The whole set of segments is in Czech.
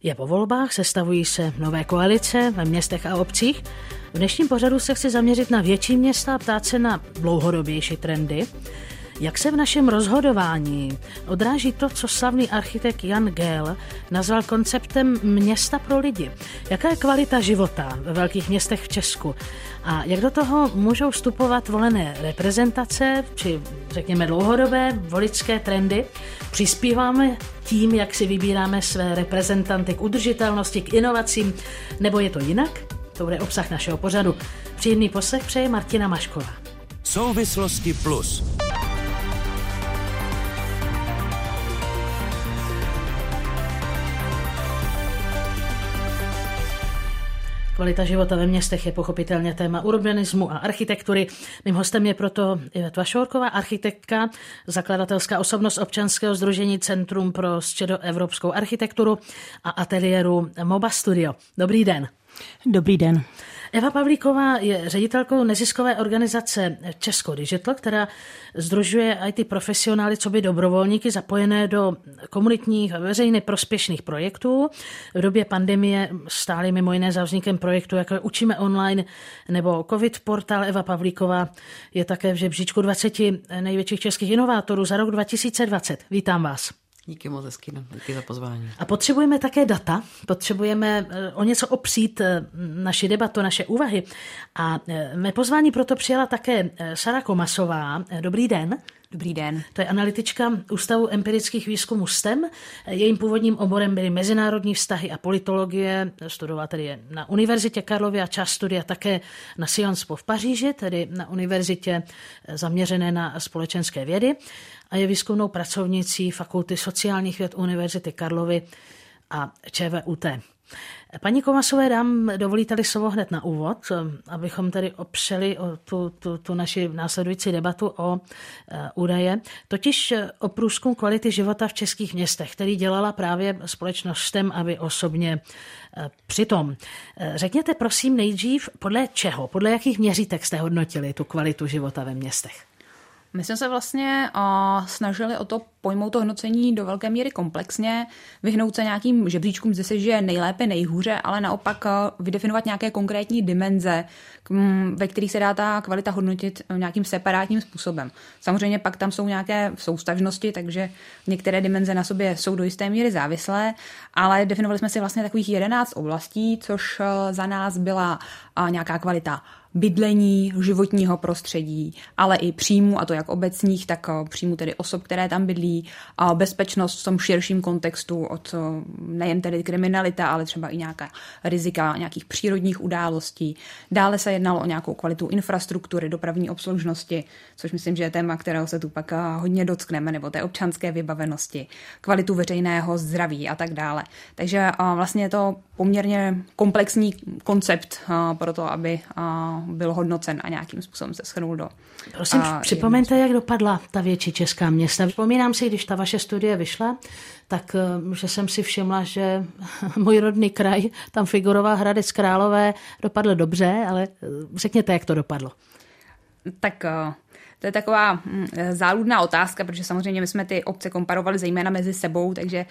Je po volbách, sestavují se nové koalice ve městech a obcích. V dnešním pořadu se chci zaměřit na větší města a ptát se na dlouhodobější trendy. Jak se v našem rozhodování odráží to, co slavný architekt Jan Gehl nazval konceptem města pro lidi? Jaká je kvalita života ve velkých městech v Česku? A jak do toho můžou vstupovat volené reprezentace, či řekněme dlouhodobé voličské trendy? Přispíváme tím, jak si vybíráme své reprezentanty k udržitelnosti, k inovacím, nebo je to jinak? To bude obsah našeho pořadu. Příjemný poslech přeje Martina Mašková. Souvislosti plus. Kvalita života ve městech je pochopitelně téma urbanismu a architektury. Mým hostem je proto Iveta Vašorková, architektka, zakladatelská osobnost občanského sdružení Centrum pro středoevropskou architekturu a ateliéru MOBA Studio. Dobrý den. Dobrý den. Eva Pavlíková je ředitelkou neziskové organizace Česko Digital, která sdružuje IT profesionály coby dobrovolníky zapojené do komunitních a veřejně prospěšných projektů. V době pandemie stály mimo jiné za vznikem projektu, jako je Učíme online nebo COVID portál. Eva Pavlíková je také v žebříčku 20 největších českých inovátorů za rok 2020. Vítám vás. Díky moc hezky, díky za pozvání. A potřebujeme také data, potřebujeme o něco opřít naši debatu, naše úvahy. A mé pozvání proto přijala také Sara Komasová. Dobrý den. Dobrý den. To je analytička Ústavu empirických výzkumů STEM. Jejím původním oborem byly mezinárodní vztahy a politologie. Studovala tedy na Univerzitě Karlově a část studia také na Sciences Po v Paříži, tedy na univerzitě zaměřené na společenské vědy. A je výzkumnou pracovnicí Fakulty sociálních věd Univerzity Karlovy a ČVUT. Paní Komasové, dovolíte-li slovo hned na úvod, abychom tedy opřeli o tu naši následující debatu o údaje, totiž o průzkum kvality života v českých městech, který dělala právě společnost STEM, aby osobně přitom. Řekněte prosím nejdřív, podle čeho, podle jakých měřítek jste hodnotili tu kvalitu života ve městech? My jsme se vlastně snažili o to pojmout to hodnocení do velké míry komplexně, vyhnout se nějakým žebříčkům, zde se žije nejlépe, nejhůře, ale naopak vydefinovat nějaké konkrétní dimenze, ve kterých se dá ta kvalita hodnotit nějakým separátním způsobem. Samozřejmě pak tam jsou nějaké soustažnosti, takže některé dimenze na sobě jsou do jisté míry závislé, ale definovali jsme si vlastně takových 11 oblastí, což za nás byla nějaká kvalita bydlení, životního prostředí, ale i příjmu, a to jak obecních, tak příjmu tedy osob, které tam bydlí, a bezpečnost v tom širším kontextu od nejen tedy kriminalita, ale třeba i nějaká rizika nějakých přírodních událostí. Dále se jednalo o nějakou kvalitu infrastruktury, dopravní obslužnosti, což myslím, že je téma, kterého se tu pak hodně dotkneme, nebo té občanské vybavenosti, kvalitu veřejného zdraví a tak dále. Takže vlastně je to poměrně komplexní koncept pro to, aby byl hodnocen a nějakým způsobem se shrnul do... Prosím, připomeňte, jak dopadla ta větší česká města. Vzpomínám si, když ta vaše studie vyšla, tak že jsem si všimla, že můj rodný kraj, tam figuroval Hradec Králové, dopadl dobře, ale řekněte, jak to dopadlo. Tak... To je taková záludná otázka, protože samozřejmě my jsme ty obce komparovali zejména mezi sebou, takže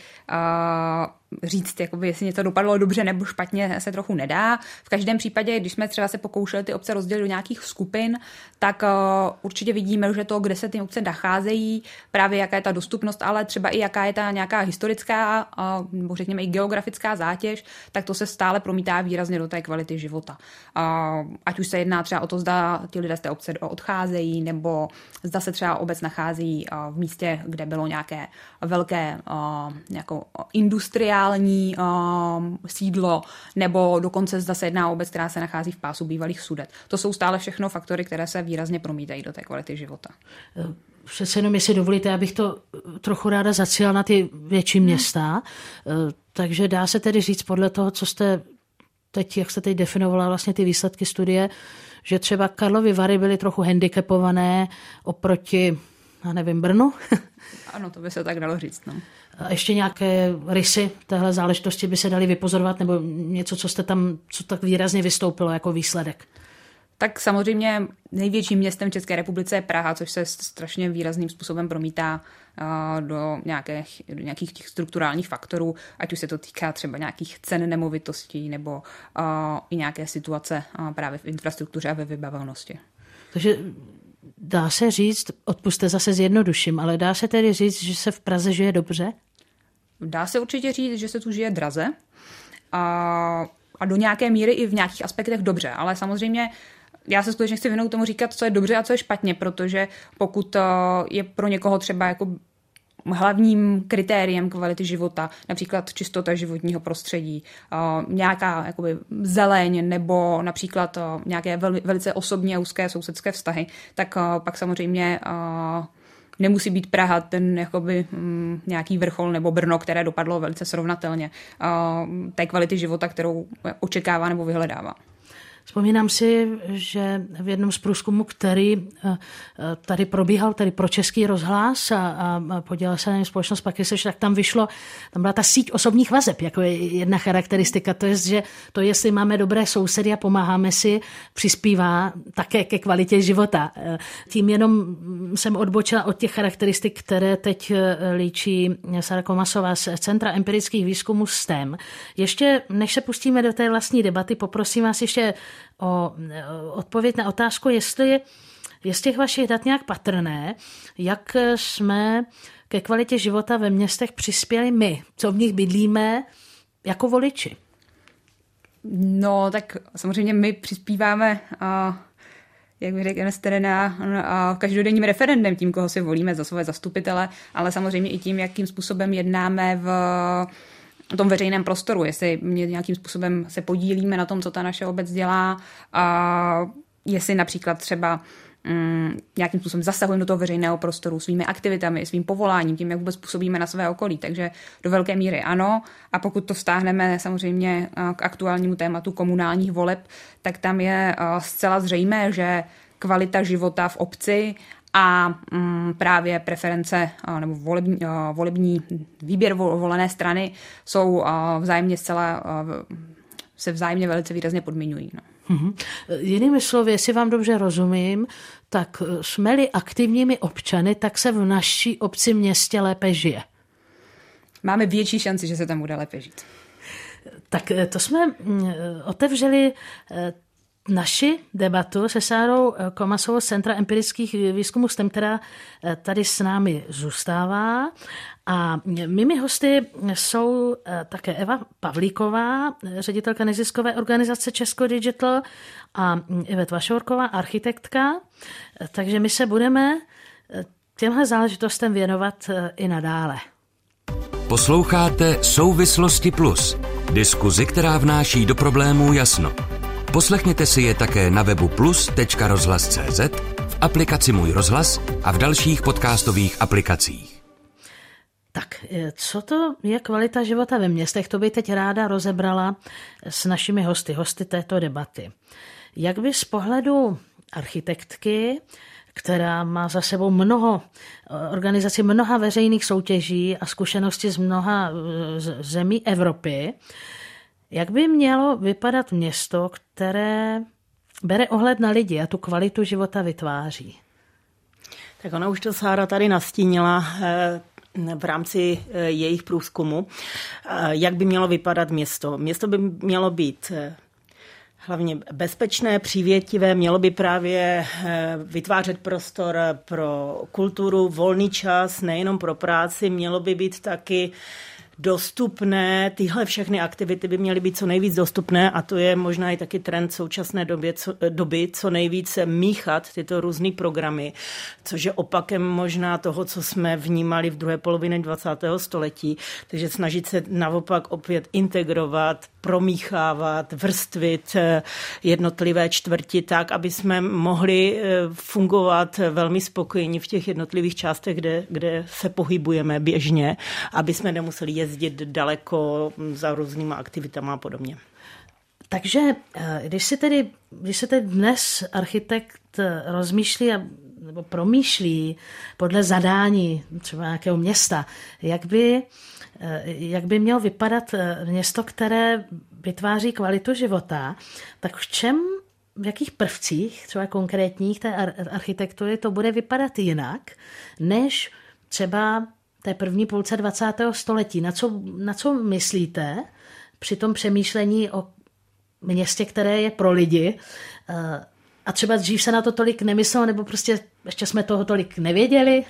říct, jakoby, jestli něco dopadlo dobře nebo špatně, se trochu nedá. V každém případě, když jsme třeba se pokoušeli ty obce rozdělit do nějakých skupin, tak určitě vidíme, že to, kde se ty obce nacházejí, právě jaká je ta dostupnost, ale třeba i jaká je ta nějaká historická nebo řekněme i geografická zátěž, tak to se stále promítá výrazně do té kvality života. Ať už se jedná třeba o to, zda ti lidé z té obce odcházejí, nebo zda se třeba obec nachází v místě, kde bylo nějaké velké nějakou industriální sídlo, nebo dokonce zda se jedná o obec, která se nachází v pásu bývalých Sudet. To jsou stále všechno faktory, které se výrazně promítají do té kvality života. Přece jenom, jestli dovolíte, abych to trochu ráda zacílila na ty větší města. Takže dá se tedy říct podle toho, co jste teď, jak jste teď definovala vlastně ty výsledky studie, že třeba Karlovy Vary byly trochu handicapované oproti, já nevím, Brnu? Ano, to by se tak dalo říct. No. A ještě nějaké rysy téhle záležitosti by se daly vypozorovat, nebo něco, co tak výrazně vystoupilo jako výsledek? Tak samozřejmě největším městem v České republice je Praha, což se strašně výrazným způsobem promítá do nějakých těch strukturálních faktorů, ať už se to týká třeba nějakých cen nemovitostí nebo i nějaké situace právě v infrastruktuře a ve vybavenosti. Takže dá se říct, odpusťte, zase zjednoduším, ale dá se tedy říct, že se v Praze žije dobře? Dá se určitě říct, že se tu žije draze a do nějaké míry i v nějakých aspektech dobře, ale samozřejmě já se skutečně chci vyhnout tomu říkat, co je dobře a co je špatně, protože pokud je pro někoho třeba jako hlavním kritériem kvality života, například čistota životního prostředí, nějaká jakoby zeleň nebo například nějaké velice osobní a úzké sousedské vztahy, tak pak samozřejmě nemusí být Praha ten jakoby nějaký vrchol nebo Brno, které dopadlo velice srovnatelně té kvality života, kterou očekává nebo vyhledává. Vzpomínám si, že v jednom z průzkumů, který tady probíhal, tady pro Český rozhlas a podělala se na něm společnost Pakiseš, tak tam byla ta síť osobních vazeb, jako je jedna charakteristika, to je, že to, jestli máme dobré sousedy a pomáháme si, přispívá také ke kvalitě života. Tím jenom jsem odbočila od těch charakteristik, které teď líčí Sara Komasová z Centra empirických výzkumů STEM. Ještě, než se pustíme do té vlastní debaty, poprosím vás ještě o odpověď na otázku, jestli je z těch vašich dat nějak patrné, jak jsme ke kvalitě života ve městech přispěli my, co v nich bydlíme jako voliči. No, tak samozřejmě my přispíváme, jak bych řekl, každodenním referendem tím, koho si volíme za své zastupitele, ale samozřejmě i tím, jakým způsobem jednáme v tom veřejném prostoru, jestli nějakým způsobem se podílíme na tom, co ta naše obec dělá, a jestli například třeba nějakým způsobem zasahujeme do toho veřejného prostoru svými aktivitami, svým povoláním, tím, jak vůbec působíme na své okolí. Takže do velké míry ano. A pokud to vztáhneme samozřejmě k aktuálnímu tématu komunálních voleb, tak tam je zcela zřejmé, že kvalita života v obci a právě preference nebo volební výběr volené strany jsou se vzájemně velice výrazně podmiňují. No. Jinými slovy, jestli vám dobře rozumím, tak jsme-li aktivními občany, tak se v naší obci, městě lépe žije. Máme větší šanci, že se tam bude lépe žít. Tak to jsme otevřeli naši debatu se Sárou Komasovou z Centra empirických výzkumů STEM, která tady s námi zůstává. A mými hosty jsou také Eva Pavlíková, ředitelka neziskové organizace Česko Digital, a Ivet Vašorková, architektka. Takže my se budeme těmhle záležitostem věnovat i nadále. Posloucháte Souvislosti Plus, diskuzi, která vnáší do problémů jasno. Poslechněte si je také na webu plus.rozhlas.cz, v aplikaci Můj rozhlas a v dalších podcastových aplikacích. Tak, co to je kvalita života ve městech, to by teď ráda rozebrala s našimi hosty této debaty. Jak by z pohledu architektky, která má za sebou organizaci mnoha veřejných soutěží a zkušenosti z mnoha zemí Evropy, jak by mělo vypadat město, které bere ohled na lidi a tu kvalitu života vytváří? Tak ona už to Sára tady nastínila v rámci jejich průzkumu, jak by mělo vypadat město. Město by mělo být hlavně bezpečné, přívětivé, mělo by právě vytvářet prostor pro kulturu, volný čas, nejenom pro práci, mělo by být taky dostupné, tyhle všechny aktivity by měly být co nejvíc dostupné, a to je možná i taky trend současné doby, co nejvíc míchat tyto různé programy, což je opakem možná toho, co jsme vnímali v druhé polovině 20. století. Takže snažit se naopak opět integrovat, promíchávat, vrstvit jednotlivé čtvrti tak, aby jsme mohli fungovat velmi spokojení v těch jednotlivých částech, kde se pohybujeme běžně, aby jsme nemuseli jezdit daleko za různýma aktivitama a podobně. Takže když se tedy dnes architekt rozmýšlí nebo promýšlí podle zadání třeba nějakého města, jak by mělo vypadat město, které vytváří kvalitu života, tak v čem v jakých prvcích, třeba konkrétních té architektury, to bude vypadat jinak, než třeba té první půlce 20. století. Na co myslíte při tom přemýšlení o městě, které je pro lidi? A třeba dřív se na to tolik nemyslelo, nebo prostě ještě jsme toho tolik nevěděli?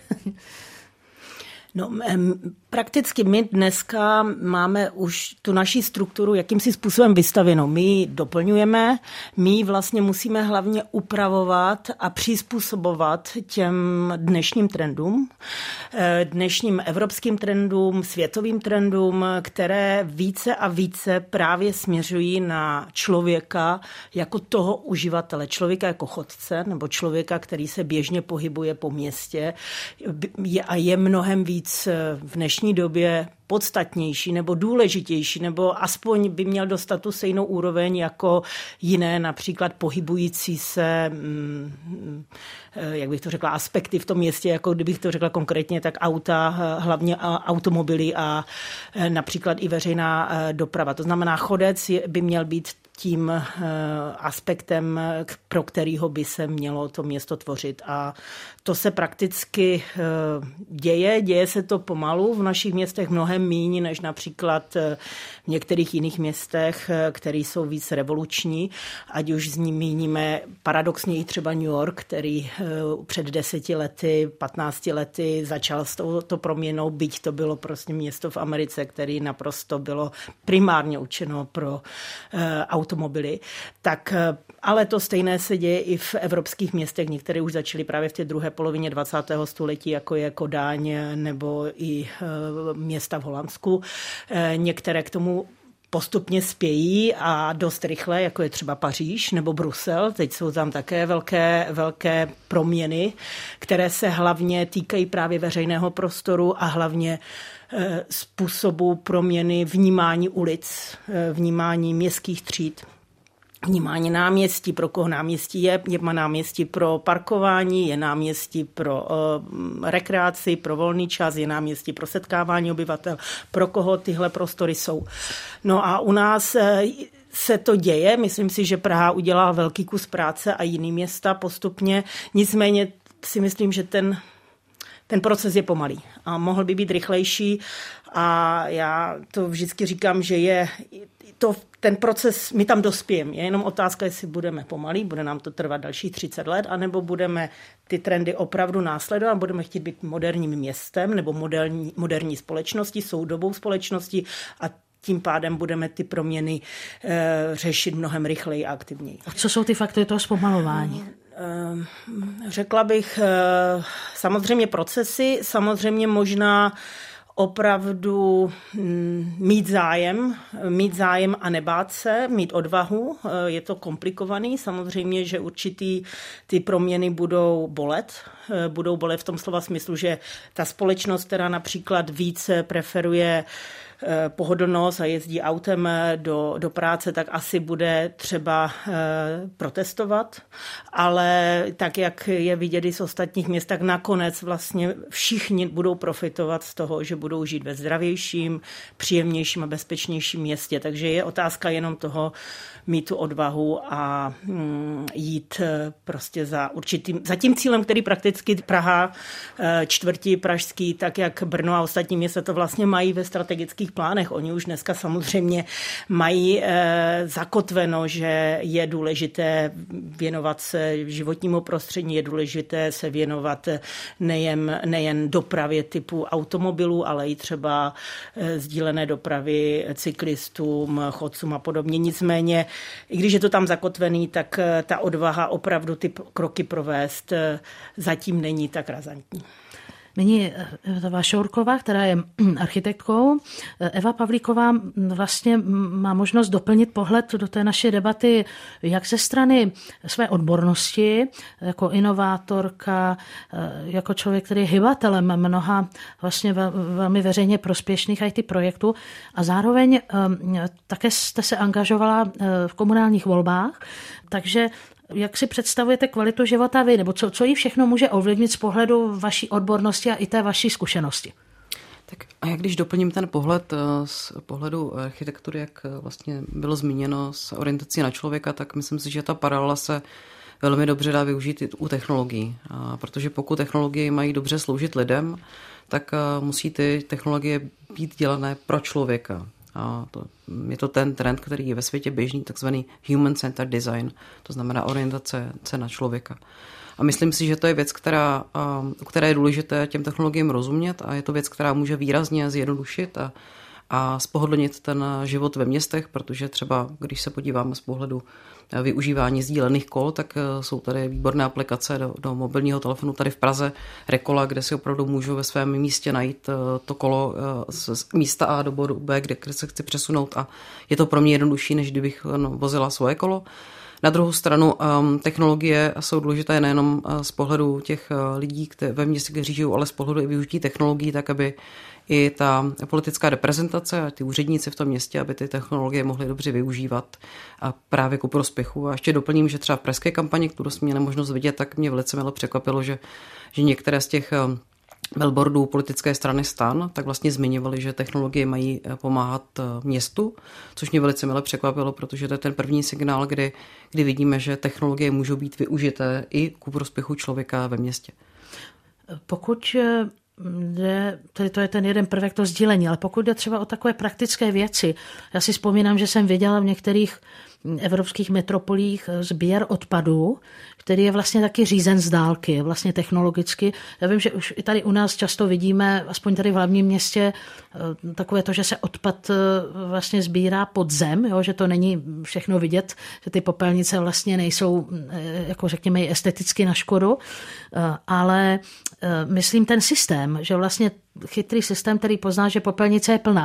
No, prakticky my dneska máme už tu naši strukturu jakýmsi způsobem vystavenou. My ji doplňujeme, my ji vlastně musíme hlavně upravovat a přizpůsobovat těm dnešním trendům, dnešním evropským trendům, světovým trendům, které více a více právě směřují na člověka jako toho uživatele, člověka jako chodce nebo člověka, který se běžně pohybuje po městě a je mnohem víc v dnešní době podstatnější nebo důležitější, nebo aspoň by měl dostat tu stejnou úroveň jako jiné, například pohybující se, jak bych to řekla, aspekty v tom městě, jako kdybych to řekla konkrétně, tak auta, hlavně automobily a například i veřejná doprava. To znamená, chodec by měl být tím aspektem, pro kterýho by se mělo to město tvořit. A to se prakticky děje se to pomalu v našich městech mnohem míň, než například v některých jiných městech, které jsou víc revoluční, ať už z ní míníme paradoxně i třeba New York, který před 10 lety, 15 lety začal s touto proměnou, byť to bylo prostě město v Americe, který naprosto bylo primárně určeno pro automobily. Tak, ale to stejné se děje i v evropských městech. Některé už začaly právě v té druhé polovině 20. století, jako je Kodáň nebo i města v Holandsku. Některé k tomu postupně spějí a dost rychle, jako je třeba Paříž nebo Brusel. Teď jsou tam také velké proměny, které se hlavně týkají právě veřejného prostoru a hlavně způsobu proměny vnímání ulic, vnímání městských tříd. Vnímání náměstí, pro koho náměstí je náměstí pro parkování, je náměstí pro rekreaci, pro volný čas, je náměstí pro setkávání obyvatel, pro koho tyhle prostory jsou. No a u nás se to děje, myslím si, že Praha udělala velký kus práce a jiný města postupně, nicméně si myslím, že ten proces je pomalý a mohl by být rychlejší a já to vždycky říkám, že je ten proces, my tam dospějeme. Je jenom otázka, jestli budeme pomalí, bude nám to trvat dalších 30 let, anebo budeme ty trendy opravdu následovat, budeme chtít být moderním městem nebo moderní společností, soudobou společností a tím pádem budeme ty proměny řešit mnohem rychleji a aktivněji. A co jsou ty faktory toho zpomalování? Řekla bych samozřejmě procesy, samozřejmě možná opravdu mít zájem a nebát se, mít odvahu. Je to komplikovaný, samozřejmě, že určitý ty proměny budou bolet v tom slova smyslu, že ta společnost, která například více preferuje pohodlnost a jezdí autem do práce, tak asi bude třeba protestovat, ale tak, jak je vidět i z ostatních měst, tak nakonec vlastně všichni budou profitovat z toho, že budou žít ve zdravějším, příjemnějším a bezpečnějším městě. Takže je otázka jenom toho mít tu odvahu a jít prostě za tím cílem, který prakticky Praha, čtvrti pražský, tak jak Brno a ostatní města to vlastně mají ve strategických plánech. Oni už dneska samozřejmě mají zakotveno, že je důležité věnovat se životnímu prostředí, je důležité se věnovat nejen dopravě typu automobilů, ale i třeba sdílené dopravy cyklistům, chodcům a podobně. Nicméně, i když je to tam zakotvený, tak ta odvaha opravdu ty kroky provést zatím není tak razantní. Nyní Eva Šourková, která je architektkou. Eva Pavlíková vlastně má možnost doplnit pohled do té naší debaty jak ze strany své odbornosti, jako inovátorka, jako člověk, který je hybatelem mnoha vlastně velmi veřejně prospěšných IT projektů a zároveň také jste se angažovala v komunálních volbách, takže jak si představujete kvalitu života vy, nebo co jí všechno může ovlivnit z pohledu vaší odbornosti a i té vaší zkušenosti? Tak a jak když doplním ten pohled z pohledu architektury, jak vlastně bylo zmíněno s orientací na člověka, tak myslím si, že ta paralela se velmi dobře dá využít i u technologií. Protože pokud technologie mají dobře sloužit lidem, tak musí ty technologie být dělané pro člověka. A je to ten trend, který je ve světě běžný, takzvaný human-centered design, to znamená orientace na člověka. A myslím si, že to je věc, která je důležité těm technologiím rozumět a je to věc, která může výrazně zjednodušit a spohodlnit ten život ve městech, protože třeba, když se podíváme z pohledu využívání sdílených kol, tak jsou tady výborné aplikace do mobilního telefonu tady v Praze, Rekola, kde si opravdu můžu ve svém místě najít to kolo z místa A do bodu B, kde se chci přesunout a je to pro mě jednodušší, než kdybych vozila svoje kolo. Na druhou stranu technologie jsou důležité nejenom z pohledu těch lidí ve městě, kteří žijou, ale z pohledu i využití technologií, tak aby i ta politická reprezentace a ty úředníci v tom městě, aby ty technologie mohly dobře využívat a právě ku prospěchu. A ještě doplním, že třeba v pražské kampani, kterou jsme měli možnost vidět, tak mě velice mile překvapilo, že některé z těch billboardů politické strany STAN, tak vlastně zmiňovali, že technologie mají pomáhat městu, což mě velice mile překvapilo, protože to je ten první signál, kdy vidíme, že technologie můžou být využité i ku prospěchu člověka ve městě. Pokud tedy to je ten jeden prvek, to sdílení, ale pokud jde třeba o takové praktické věci, já si vzpomínám, že jsem viděla v některých evropských metropolích sběr odpadů, který je vlastně taky řízen z dálky, vlastně technologicky. Já vím, že už i tady u nás často vidíme, aspoň tady v hlavním městě, takové to, že se odpad vlastně sbírá pod zem, jo, že to není všechno vidět, že ty popelnice vlastně nejsou, jako řekněme, esteticky na škodu, ale myslím ten systém, že vlastně chytrý systém, který pozná, že popelnice je plná.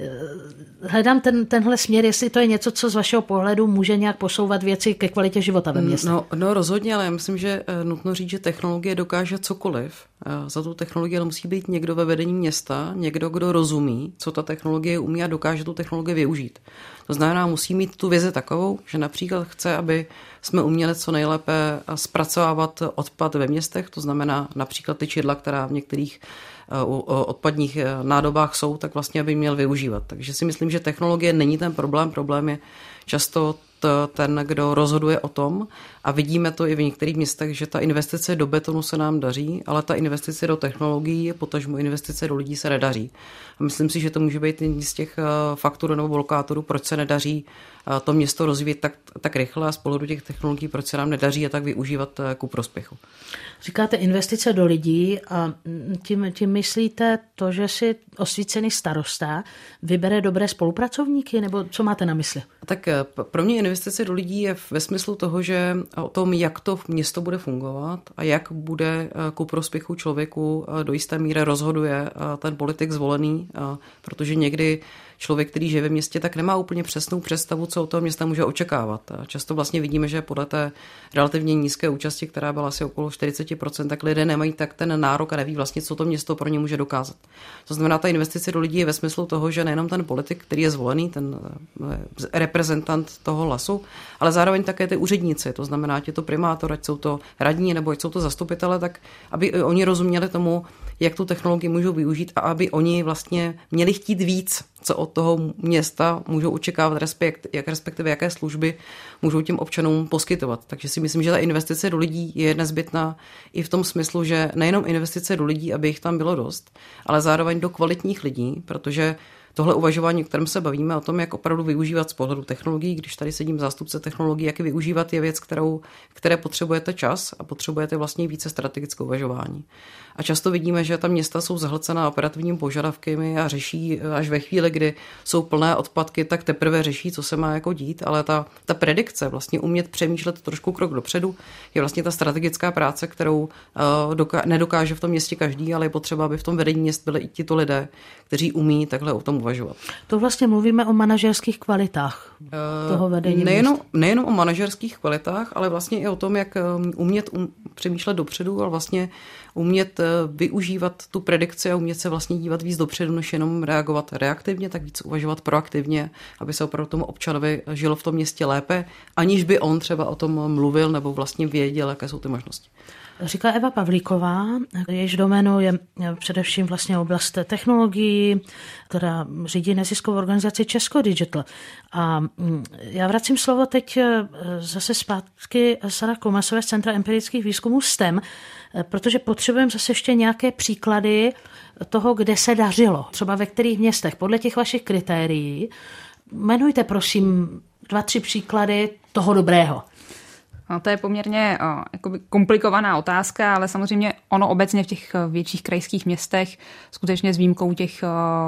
Hledám tenhle směr, jestli to je něco, co z vašeho pohledu může nějak posouvat věci ke kvalitě života ve městě. No rozhodně, ale já myslím, že nutno říct, že technologie dokáže cokoliv. Za tu technologii musí být někdo ve vedení města, někdo, kdo rozumí, co ta technologie umí a dokáže tu technologii využít. To znamená, musí mít tu vizi takovou, že například chce, aby jsme uměli co nejlépe zpracovávat odpad ve městech, to znamená například ty čidla, která v některých odpadních nádobách jsou, tak vlastně aby měl využívat. Takže si myslím, že technologie není ten problém. Problém je často ten, kdo rozhoduje o tom a vidíme to i v některých městech, že ta investice do betonu se nám daří, ale ta investice do technologií, potažmo investice do lidí se nedaří. A myslím si, že to může být jeden z těch faktorů nebo blokátorů, proč se nedaří to město rozvíjet tak rychle a z pohledu těch technologií, proč se nám nedaří a tak využívat ku prospěchu. Říkáte investice do lidí a tím myslíte to, že si osvícený starosta vybere dobré spolupracovníky, nebo co máte na mysli? Tak pro mě investice do lidí je ve smyslu toho, že o tom, jak to město bude fungovat a jak bude ku prospěchu člověku do jisté míry rozhoduje ten politik zvolený, protože někdy člověk, který žije ve městě, tak nemá úplně přesnou představu, co od toho města může očekávat. A často vlastně vidíme, že podle té relativně nízké účasti, která byla asi okolo 40%, tak lidé nemají tak ten nárok a neví vlastně, co to město pro ně může dokázat. To znamená, ta investice do lidí je ve smyslu toho, že nejenom ten politik, který je zvolený, ten reprezentant toho hlasu, ale zároveň také ty úředníci, to znamená, ať je to primátor, ať jsou to radní nebo ať jsou to zastupitele, tak aby oni rozuměli tomu, jak tu technologii můžou využít a aby oni vlastně měli chtít víc, co od toho města můžou očekávat, respektive jaké služby můžou těm občanům poskytovat. Takže si myslím, že ta investice do lidí je nezbytná i v tom smyslu, že nejenom investice do lidí, aby jich tam bylo dost, ale zároveň do kvalitních lidí, protože tohle uvažování, o kterém se bavíme, o tom, jak opravdu využívat z pohledu technologií, když tady sedím zástupce technologií, jak je využívat, je věc, které potřebujete čas a potřebujete vlastně více strategické uvažování. A často vidíme, že ta města jsou zahlcená operativními požadavky a řeší až ve chvíli, kdy jsou plné odpadky, tak teprve řeší, co se má jako dít, ale ta predikce, vlastně umět přemýšlet trošku krok dopředu, je vlastně ta strategická práce, kterou nedokáže v tom městě každý, ale je potřeba, aby v tom vedení měst byli i tito lidé, kteří umí takhle o tom uvažovat. To vlastně mluvíme o manažerských kvalitách toho vedení nejenom o manažerských kvalitách, ale vlastně i o tom, jak umět přemýšlet dopředu a vlastně umět využívat tu predikci a umět se vlastně dívat víc dopředu, než jenom reagovat reaktivně, tak víc uvažovat proaktivně, aby se opravdu tomu občanovi žilo v tom městě lépe, aniž by on třeba o tom mluvil nebo vlastně věděl, jaké jsou ty možnosti. Říká Eva Pavlíková, jejíž doménou je především vlastně oblast technologií, která řídí neziskovou organizaci Česko Digital. A já vracím slovo teď zase zpátky Sara Komasové z Centra empirických výzkumů STEM, protože potřebujeme zase ještě nějaké příklady toho, kde se dařilo, třeba ve kterých městech, podle těch vašich kritérií. Jmenujte, prosím, 2-3 příklady toho dobrého. No, to je poměrně komplikovaná otázka, ale samozřejmě ono obecně v těch větších krajských městech, skutečně s výjimkou těch,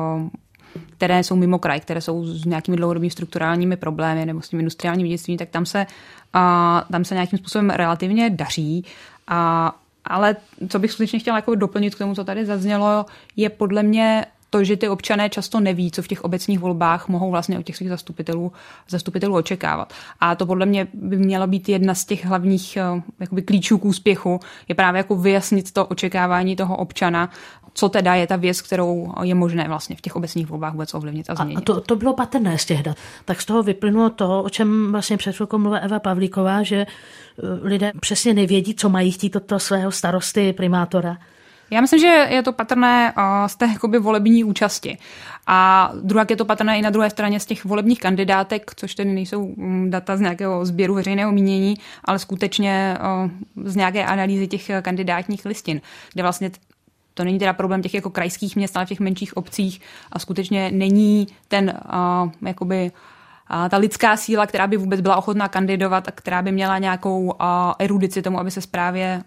které jsou mimo kraj, které jsou s nějakými dlouhodobými strukturálními problémy nebo s tím industriálním dědictvím, tak tam se nějakým způsobem relativně daří. Ale co bych skutečně chtěla jako doplnit k tomu, co tady zaznělo, je podle mě to, že ty občané často neví, co v těch obecních volbách mohou vlastně od těch svých zastupitelů očekávat. A to podle mě by měla být jedna z těch hlavních jakoby klíčů k úspěchu, je právě jako vyjasnit to očekávání toho občana, co teda je ta věc, kterou je možné vlastně v těch obecních volbách vůbec ovlivnit a změnit. A to bylo patrné z těch dat. Tak z toho vyplynulo to, o čem vlastně před chvilkou mluvila Eva Pavlíková, že lidé přesně nevědí, co mají chtít od toho svého starosty, primátora. Já myslím, že je to patrné z té jakoby volební účasti. A druhak je to patrné i na druhé straně z těch volebních kandidátek, což tedy nejsou data z nějakého sběru veřejného mínění, ale skutečně z nějaké analýzy těch kandidátních listin, kde vlastně to není teda problém těch jako krajských měst, ale v těch menších obcích a skutečně není ten jakoby ta lidská síla, která by vůbec byla ochotná kandidovat a která by měla nějakou erudici tomu, aby se správě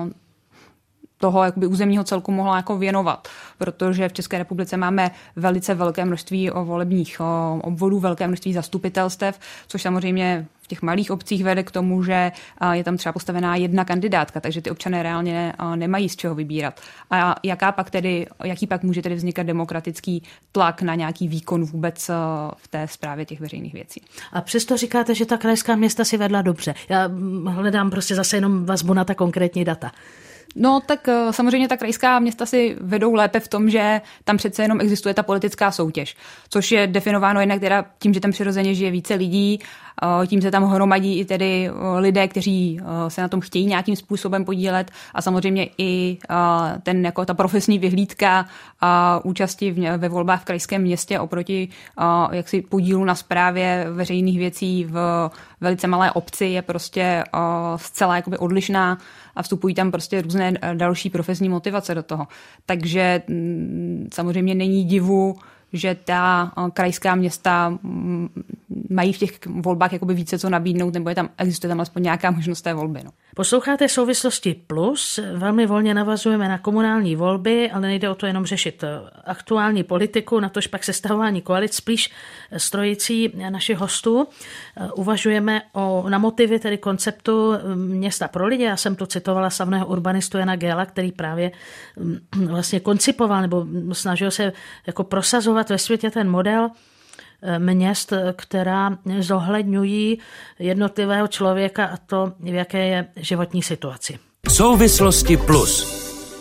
toho jakoby územního celku mohla jako věnovat, protože v České republice máme velice velké množství volebních obvodů, velké množství zastupitelstev, což samozřejmě v těch malých obcích vede k tomu, že je tam třeba postavená jedna kandidátka, takže ty občané reálně nemají z čeho vybírat. A jaký pak může tedy vznikat demokratický tlak na nějaký výkon vůbec v té správě těch veřejných věcí. A přesto říkáte, že ta krajská města si vedla dobře. Já hledám prostě zase jenom vazbu na ta konkrétní data. No tak samozřejmě ta krajská města si vedou lépe v tom, že tam přece jenom existuje ta politická soutěž, což je definováno jednak teda tím, že tam přirozeně žije více lidí, tím se tam hromadí i tedy lidé, kteří se na tom chtějí nějakým způsobem podílet a samozřejmě i ta profesní vyhlídka účasti ve volbách v krajském městě oproti jaksi podílu na správě veřejných věcí v velice malé obci je prostě zcela jakoby odlišná a vstupují tam prostě různé další profesní motivace do toho. Takže samozřejmě není divu, že ta krajská města mají v těch volbách jakoby více co nabídnout, nebo existuje tam alespoň nějaká možnost té volby. No. Posloucháte Souvislosti Plus, velmi volně navazujeme na komunální volby, ale nejde o to jenom řešit aktuální politiku, natož pak sestavování koalic, spíš s trojicí našich hostů. Uvažujeme na motivy, tedy konceptu města pro lidi. Já jsem tu citovala slavného urbanistu Jana Gehla, který právě vlastně koncipoval nebo snažil se jako prosazovat ve světě ten model měst, která zohledňují jednotlivého člověka a to, v jaké je životní situaci. Souvislosti Plus.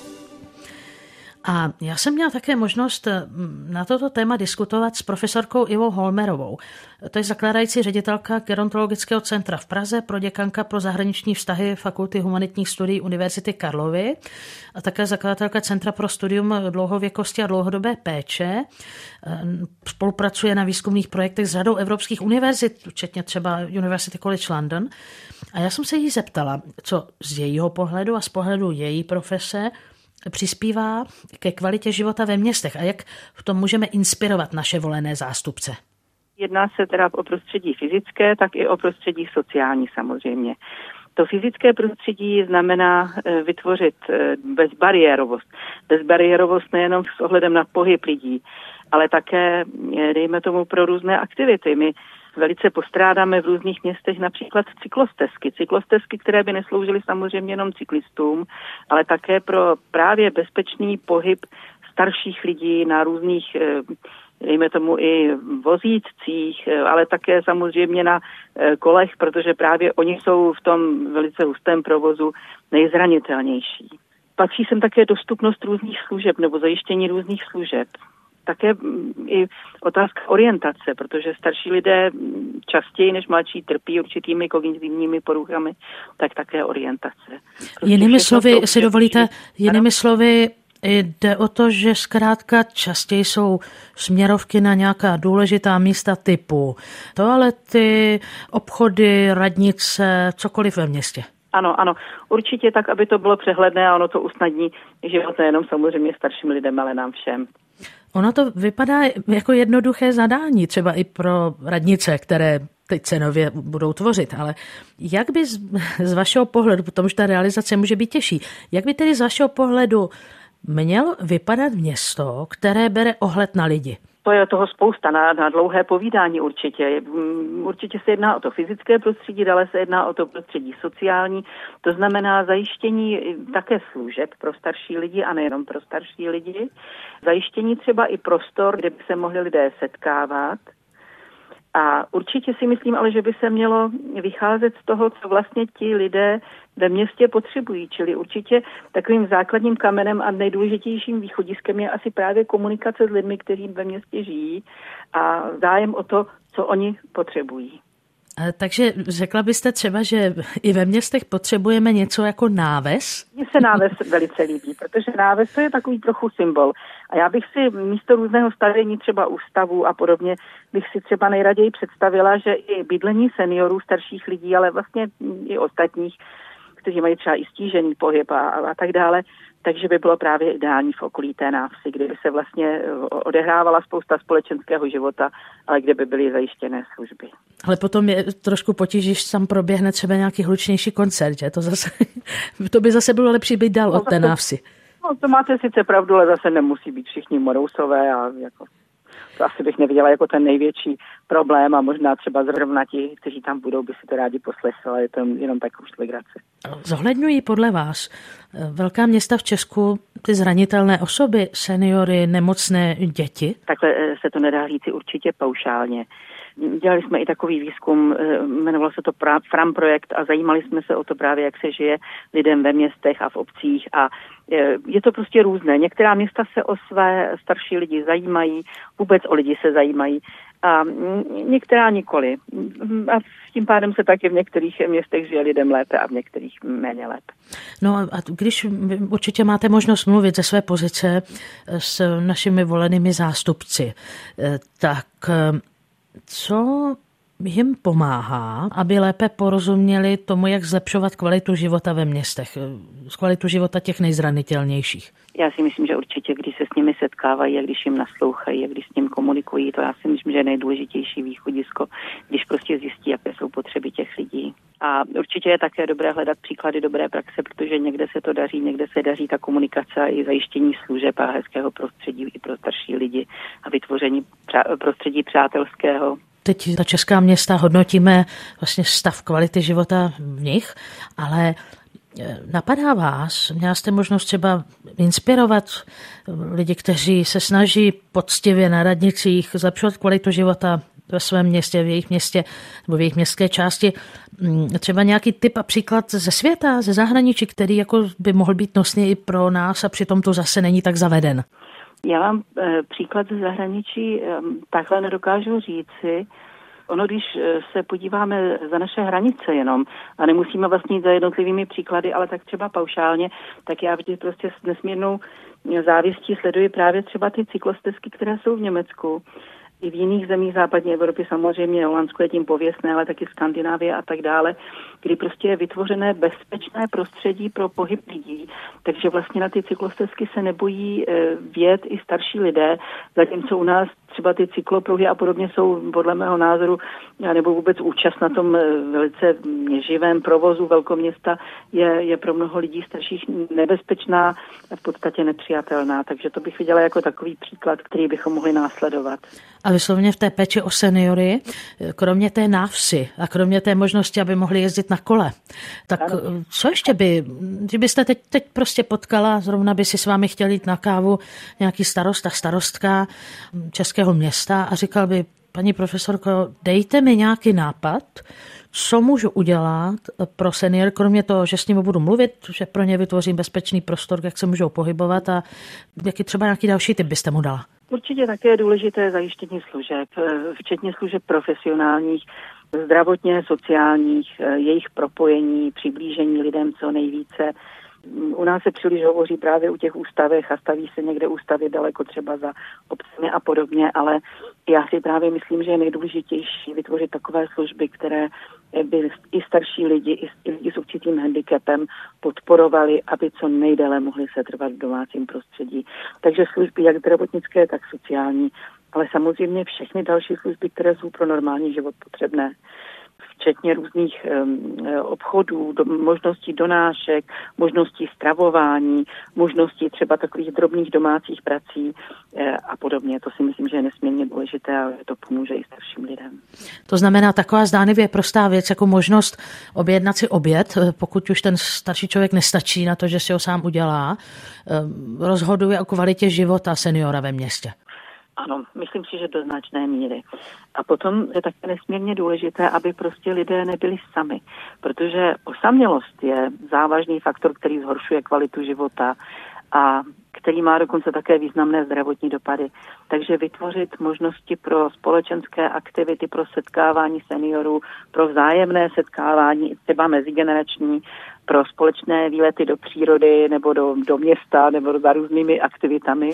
A já jsem měla také možnost na toto téma diskutovat s profesorkou Ivou Holmerovou. To je zakládající ředitelka Gerontologického centra v Praze, proděkanka pro zahraniční vztahy Fakulty humanitních studií Univerzity Karlovy a také zakladatelka Centra pro studium dlouhověkosti a dlouhodobé péče. Spolupracuje na výzkumných projektech s řadou evropských univerzit, včetně třeba University College London. A já jsem se jí zeptala, co z jejího pohledu a z pohledu její profese přispívá ke kvalitě života ve městech a jak v tom můžeme inspirovat naše volené zástupce. Jedná se teda o prostředí fyzické, tak i o prostředí sociální samozřejmě. To fyzické prostředí znamená vytvořit bezbariérovost. Bezbariérovost nejenom s ohledem na pohyb lidí, ale také, dejme tomu, pro různé aktivity. My velice postrádáme v různých městech například cyklostezky, které by nesloužily samozřejmě jenom cyklistům, ale také pro právě bezpečný pohyb starších lidí na různých, dejme tomu i vozících, ale také samozřejmě na kolech, protože právě oni jsou v tom velice hustém provozu nejzranitelnější. Patří sem také dostupnost různých služeb nebo zajištění různých služeb. Také i otázka orientace, protože starší lidé častěji než mladší trpí určitými kognitivními poruchami, tak také orientace. Prostě jinými slovy, si dovolíte, jinými slovy, jde o to, že zkrátka častěji jsou směrovky na nějaká důležitá místa typu toalety, obchody, radnice, cokoliv ve městě. Ano, určitě tak, aby to bylo přehledné a ono to usnadní život nejenom samozřejmě starším lidem, ale nám všem. Ono to vypadá jako jednoduché zadání, třeba i pro radnice, které teď cenově budou tvořit, ale jak by z vašeho pohledu, protože ta realizace může být těžší, jak by tedy z vašeho pohledu mělo vypadat město, které bere ohled na lidi? To je toho spousta na dlouhé povídání určitě. Určitě se jedná o to fyzické prostředí, dále se jedná o to prostředí sociální, to znamená zajištění také služeb pro starší lidi a nejenom pro starší lidi. Zajištění třeba i prostor, kde by se mohli lidé setkávat. A určitě si myslím ale, že by se mělo vycházet z toho, co vlastně ti lidé ve městě potřebují. Čili určitě takovým základním kamenem a nejdůležitějším východiskem je asi právě komunikace s lidmi, kteří ve městě žijí a zájem o to, co oni potřebují. Takže řekla byste třeba, že i ve městech potřebujeme něco jako náves? Mně se náves velice líbí, protože náves to je takový trochu symbol. A já bych si místo různého stavění třeba ústavů a podobně, bych si třeba nejraději představila, že i bydlení seniorů, starších lidí, ale vlastně i ostatních, kteří mají třeba i stížený pohyb a tak dále, takže by bylo právě ideální v okolí té návsi, kde by se vlastně odehrávala spousta společenského života, ale kde by byly zajištěné služby. Ale potom je trošku potíž, když tam proběhne třeba nějaký hlučnější koncert, že? To by zase bylo lepší být dál od té návsi. No, to máte sice pravdu, ale zase nemusí být všichni morousové a jako... To asi bych neviděla jako ten největší problém a možná třeba zrovna ti, kteří tam budou, by si to rádi poslechli, ale je to jenom takovou legrace. Zohledňují podle vás velká města v Česku ty zranitelné osoby, seniory, nemocné děti? Takhle se to nedá říci určitě paušálně. Dělali jsme i takový výzkum, jmenovalo se to FRAM projekt a zajímali jsme se o to právě, jak se žije lidem ve městech a v obcích a je to prostě různé. Některá města se o své starší lidi zajímají, vůbec o lidi se zajímají a některá nikoli. A tím pádem se taky v některých městech žije lidem lépe a v některých méně lépe. No a když určitě máte možnost mluvit ze své pozice s našimi volenými zástupci, tak co jim pomáhá, aby lépe porozuměli tomu, jak zlepšovat kvalitu života ve městech, kvalitu života těch nejzranitelnějších? Já si myslím, že určitě, když se s nimi setkávají a když jim naslouchají a když s ním komunikují, to já si myslím, že je nejdůležitější východisko, když prostě zjistí, jaké jsou potřeby těch lidí. A určitě je také dobré hledat příklady dobré praxe, protože někde se to daří, někde se daří ta komunikace a i zajištění služeb a hezkého prostředí i pro starší lidi a vytvoření prostředí přátelského. Teď ta česká města hodnotíme vlastně stav kvality života v nich, ale napadá vás, měla jste možnost třeba inspirovat lidi, kteří se snaží poctivě na radnicích zlepšovat kvalitu života ve svém městě, v jejich městě nebo v jejich městské části. Třeba nějaký tip a příklad ze světa, ze zahraničí, který jako by mohl být nosný i pro nás a přitom to zase není tak zaveden. Já vám příklad ze zahraničí takhle nedokážu říci. Ono, když se podíváme za naše hranice jenom a nemusíme vlastně jít za jednotlivými příklady, ale tak třeba paušálně, tak já vždy prostě s nesmírnou závistí sleduji právě třeba ty cyklostezky, které jsou v Německu. I v jiných zemích západní Evropy, samozřejmě Holandsko je tím pověstné, ale taky Skandinávie a tak dále, kdy prostě je vytvořené bezpečné prostředí pro pohyb lidí. Takže vlastně na ty cyklostezky se nebojí vjet i starší lidé, zatímco u nás třeba ty cyklopruhy a podobně jsou podle mého názoru, nebo vůbec účast na tom velice živém provozu velkoměsta je pro mnoho lidí starších nebezpečná a v podstatě nepřijatelná. Takže to bych viděla jako takový příklad, který bychom mohli následovat. A vyslovně v té péči o seniory, kromě té návsi a kromě té možnosti, aby mohli jezdit na kole, tak co ještě kdybyste teď prostě potkala, zrovna by si s vámi chtěl jít na kávu nějaký starosta, starostka českého města a říkal by, paní profesorko, dejte mi nějaký nápad, co můžu udělat pro seniory, kromě toho, že s nimi budu mluvit, že pro ně vytvořím bezpečný prostor, jak se můžou pohybovat a jaký třeba nějaký další tip byste mu dala? Určitě také je důležité zajištění služeb, včetně služeb profesionálních, zdravotně, sociálních, jejich propojení, přiblížení lidem co nejvíce. U nás se příliš hovoří právě o těch ústavech a staví se někde ústavy daleko třeba za obcemi a podobně, ale já si právě myslím, že je nejdůležitější vytvořit takové služby, které by i starší lidi, i lidi s určitým handicapem podporovali, aby co nejdéle mohli setrvat v domácím prostředí. Takže služby jak zdravotnické, tak sociální, ale samozřejmě všechny další služby, které jsou pro normální život potřebné, včetně různých obchodů, možností donášek, možností stravování, možností třeba takových drobných domácích prací a podobně. To si myslím, že je nesmírně důležité a to pomůže i starším lidem. To znamená taková zdánlivě prostá věc, jako možnost objednat si oběd, pokud už ten starší člověk nestačí na to, že si ho sám udělá, rozhoduje o kvalitě života seniora ve městě. Ano, myslím si, že do značné míry. A potom je také nesmírně důležité, aby prostě lidé nebyli sami, protože osamělost je závažný faktor, který zhoršuje kvalitu života a který má dokonce také významné zdravotní dopady. Takže vytvořit možnosti pro společenské aktivity, pro setkávání seniorů, pro vzájemné setkávání, třeba mezigenerační, pro společné výlety do přírody nebo do města nebo za různými aktivitami.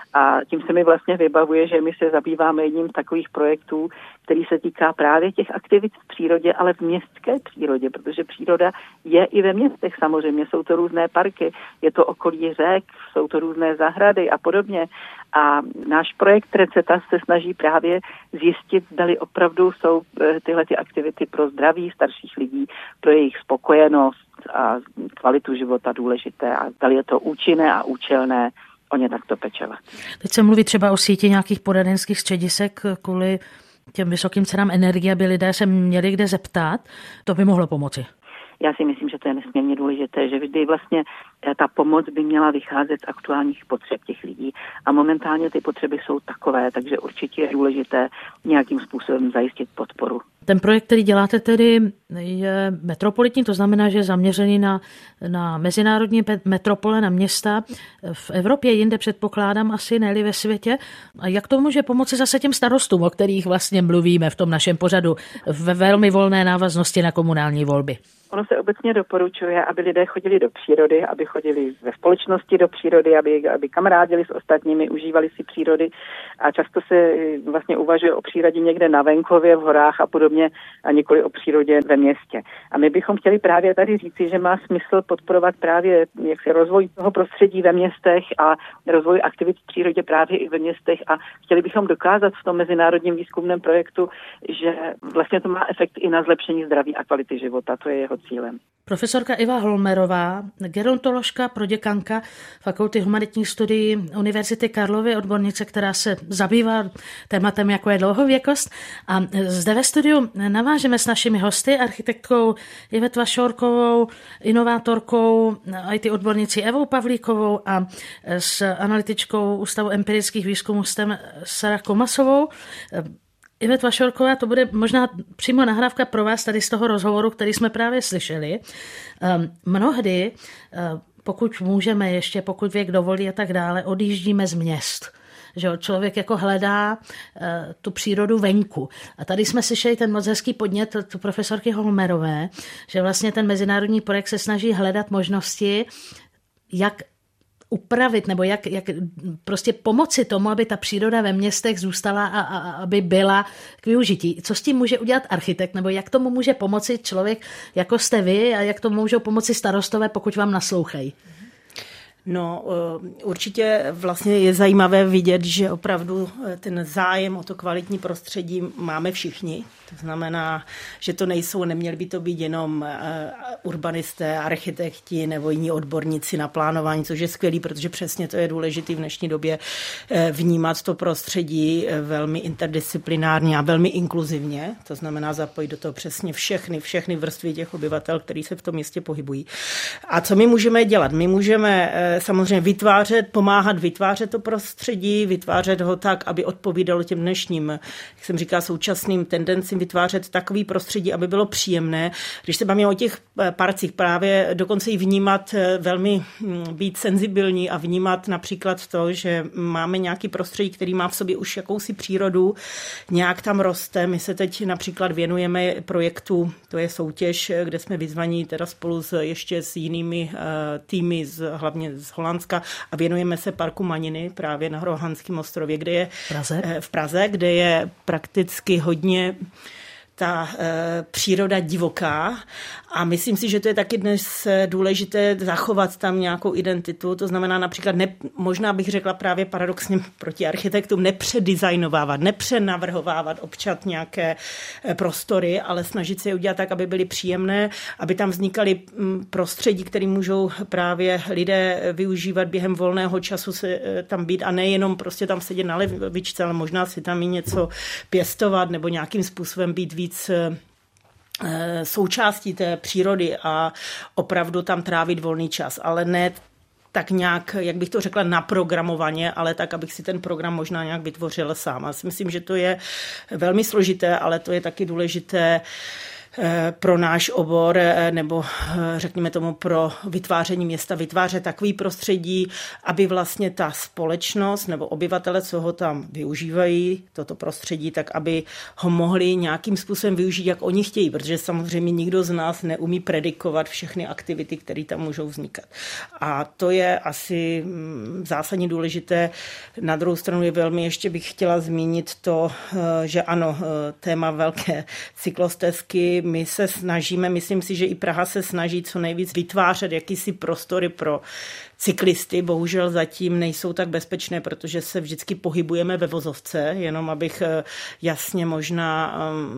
A tím se mi vlastně vybavuje, že my se zabýváme jedním z takových projektů, který se týká právě těch aktivit v přírodě, ale v městské přírodě, protože příroda je i ve městech samozřejmě. Jsou to různé parky, je to okolí řek, jsou to různé zahrady a podobně. A náš projekt Receta se snaží právě zjistit, zdali opravdu jsou tyhle ty aktivity pro zdraví starších lidí, pro jejich spokojenost a kvalitu života důležité a zdali je to účinné a účelné o ně takto pečovat. Teď se mluví třeba o síti nějakých poradenských středisek kvůli těm vysokým cenám energie, aby lidé se měli kde zeptat. To by mohlo pomoci. Já si myslím, že to je nesmírně důležité, že vždy vlastně ta pomoc by měla vycházet z aktuálních potřeb těch lidí. A momentálně ty potřeby jsou takové, takže určitě je důležité nějakým způsobem zajistit podporu. Ten projekt, který děláte tedy, je metropolitní, to znamená, že je zaměřený na mezinárodní metropole, na města v Evropě, jinde předpokládám asi, ne-li ve světě. A jak to může pomoci zase těm starostům, o kterých vlastně mluvíme v tom našem pořadu, ve velmi volné návaznosti na komunální volby? Ono se obecně doporučuje, aby lidé chodili do přírody, aby chodili ve společnosti do přírody, aby kamarádili s ostatními, užívali si přírody a často se vlastně uvažuje o přírodě někde na venkově, v horách a podobně a nikoli o přírodě ve městě. A my bychom chtěli právě tady říci, že má smysl podporovat právě jaksi rozvoj toho prostředí ve městech a rozvoj aktivit v přírodě právě i ve městech a chtěli bychom dokázat v tom mezinárodním výzkumném projektu, že vlastně to má efekt i na zlepšení zdraví a kvality života. To je jeho cílem. Profesorka Iva Holmerová, gerontoložka, proděkanka Fakulty humanitních studií Univerzity Karlovy, odbornice, která se zabývá tématem, jako je dlouhověkost. A zde ve studiu navážeme s našimi hosty, architektkou Ivetou Vašorkovou, inovátorkou, IT odbornicí Evou Pavlíkovou a s analytičkou Ústavu empirických výzkumů STEM Sarah Komasovou. Iveta Vašorková, to bude možná přímo nahrávka pro vás tady z toho rozhovoru, který jsme právě slyšeli. Mnohdy, pokud můžeme ještě, pokud věk dovolí a tak dále, odjíždíme z měst. Že člověk jako hledá tu přírodu venku. A tady jsme slyšeli ten moc hezký podnět tu profesorky Holmerové, že vlastně ten mezinárodní projekt se snaží hledat možnosti, jak upravit nebo jak prostě pomoci tomu, aby ta příroda ve městech zůstala a aby byla k využití. Co s tím může udělat architekt, nebo jak tomu může pomoci člověk, jako jste vy, a jak tomu můžou pomoci starostové, pokud vám naslouchají? No, určitě vlastně je zajímavé vidět, že opravdu ten zájem o to kvalitní prostředí máme všichni. To znamená, že to neměli by to být jenom urbanisté, architekti nebo jiní odborníci na plánování, což je skvělý, protože přesně to je důležité v dnešní době vnímat to prostředí velmi interdisciplinárně a velmi inkluzivně. To znamená zapojit do toho přesně všechny vrstvy těch obyvatel, kteří se v tom městě pohybují. A co my můžeme dělat? My můžeme samozřejmě pomáhat vytvářet to prostředí, vytvářet ho tak, aby odpovídalo těm dnešním, jak jsem říkala, současným tendencím, vytvářet takový prostředí, aby bylo příjemné. Když se bavíme o těch parcích, právě dokonce i vnímat, velmi být senzibilní a vnímat například to, že máme nějaký prostředí, který má v sobě už jakousi přírodu, nějak tam roste. My se teď například věnujeme projektu, to je soutěž, kde jsme vyzvaní teda spolu ještě s jinými týmy, hlavně z Holandska, a věnujeme se parku Maniny právě na Rohanském ostrově, kde je v Praze, kde je prakticky hodně ta příroda divoká a myslím si, že to je taky dnes důležité zachovat tam nějakou identitu, to znamená například, možná bych řekla právě paradoxně proti architektům, nepředizajnovávat, nepřenavrhovávat občas nějaké prostory, ale snažit se je udělat tak, aby byly příjemné, aby tam vznikaly prostředí, které můžou právě lidé využívat během volného času se tam být a nejenom prostě tam sedět na levičce, ale možná si tam i něco pěstovat nebo nějakým způsobem být víc součástí té přírody a opravdu tam trávit volný čas, ale ne tak nějak, jak bych to řekla, naprogramovaně, ale tak, abych si ten program možná nějak vytvořil sám. Já si myslím, že to je velmi složité, ale to je taky důležité pro náš obor, nebo řekněme tomu pro vytváření města, vytvářet takový prostředí, aby vlastně ta společnost nebo obyvatele, co ho tam využívají, toto prostředí, tak aby ho mohli nějakým způsobem využít, jak oni chtějí, protože samozřejmě nikdo z nás neumí predikovat všechny aktivity, které tam můžou vznikat. A to je asi zásadně důležité. Na druhou stranu je velmi, ještě bych chtěla zmínit to, že ano, téma velké cyklostezky, my se snažíme, myslím si, že i Praha se snaží co nejvíc vytvářet jakýsi prostory pro cyklisty, bohužel zatím nejsou tak bezpečné, protože se vždycky pohybujeme ve vozovce, jenom abych jasně možná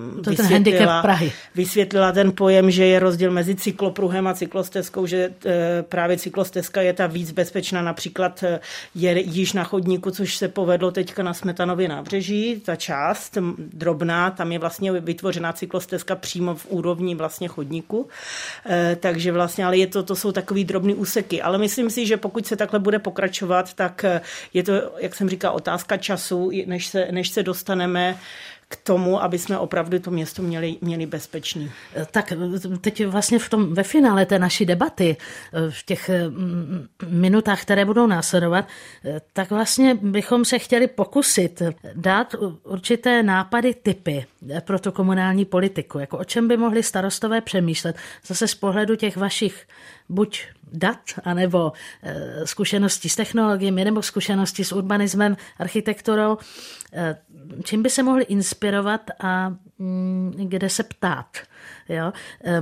vysvětlila ten pojem, že je rozdíl mezi cyklopruhem a cyklostezkou, že právě cyklostezka je ta víc bezpečná, například je již na chodníku, což se povedlo teďka na Smetanově nábřeží, ta část drobná, tam je vlastně vytvořená cyklostezka přímo v úrovni vlastně chodníku, takže vlastně, ale to jsou takový drobný úseky, ale myslím si, že pokud se takhle bude pokračovat, tak je to, jak jsem říkala, otázka času, než se dostaneme k tomu, aby jsme opravdu to město měli bezpečný. Tak teď vlastně ve finále té naší debaty, v těch minutách, které budou následovat, tak vlastně bychom se chtěli pokusit dát určité nápady, tipy pro tu komunální politiku, jako o čem by mohli starostové přemýšlet, zase z pohledu těch vašich buď dat, anebo zkušeností s technologiemi, nebo zkušeností s urbanismem, architekturou, čím by se mohli inspirovat a kde se ptát. Jo?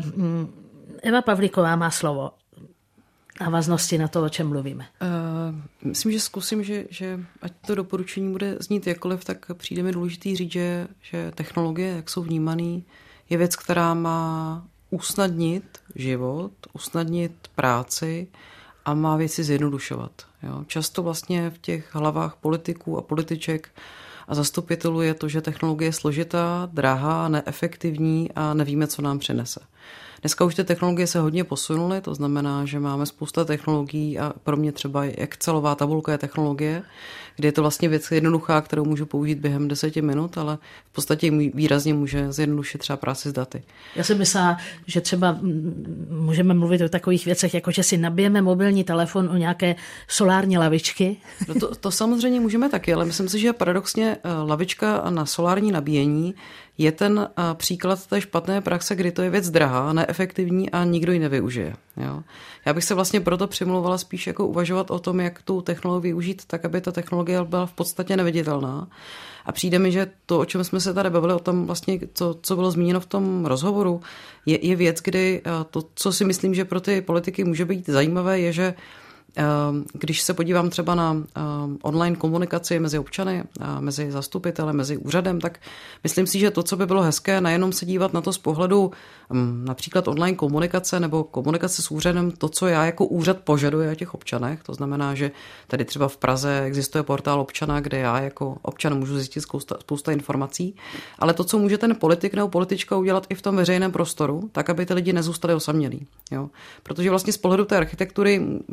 Eva Pavlíková má slovo. Návaznosti na to, o čem mluvíme. Myslím, že zkusím, že ať to doporučení bude znít jakkoliv, tak přijde mi důležitý říct, že technologie, jak jsou vnímaný, je věc, která má usnadnit život, usnadnit práci a má věci zjednodušovat. Jo? Často vlastně v těch hlavách politiků a političek a zastupitelů je to, že technologie je složitá, drahá, neefektivní a nevíme, co nám přinese. Dneska už ty technologie se hodně posunuly, to znamená, že máme spousta technologií a pro mě třeba Excelová tabulka je technologie, kde je to vlastně věc jednoduchá, kterou můžu použít během 10 minut, ale v podstatě výrazně může zjednodušit třeba práci s daty. Já si myslím, že třeba můžeme mluvit o takových věcech, jako že si nabijeme mobilní telefon o nějaké solární lavičky. No to samozřejmě můžeme taky, ale myslím si, že paradoxně lavička na solární nabíjení je ten příklad té špatné praxe, kdy to je věc drahá, neefektivní a nikdo ji nevyužije. Jo? Já bych se vlastně proto přimlouvala spíš jako uvažovat o tom, jak tu technologii využít tak, aby ta technologie byla v podstatě neviditelná. A přijde mi, že to, o čem jsme se tady bavili, o tom vlastně, co bylo zmíněno v tom rozhovoru, je věc, kdy to, co si myslím, že pro ty politiky může být zajímavé, je, že když se podívám třeba na online komunikaci mezi občany, mezi zastupiteli, mezi úřadem, tak myslím si, že to, co by bylo hezké, nejenom se dívat na to z pohledu například online komunikace nebo komunikace s úřadem, to, co já jako úřad požaduji o těch občanech, to znamená, že tady třeba v Praze existuje portál občana, kde já jako občan můžu zjistit spousta informací, ale to, co může ten politik nebo politička udělat i v tom veřejném prostoru, tak aby ty lidi nezůstali osamělí. Jo? Protože vlastně z pohledu té architektury, my jsme se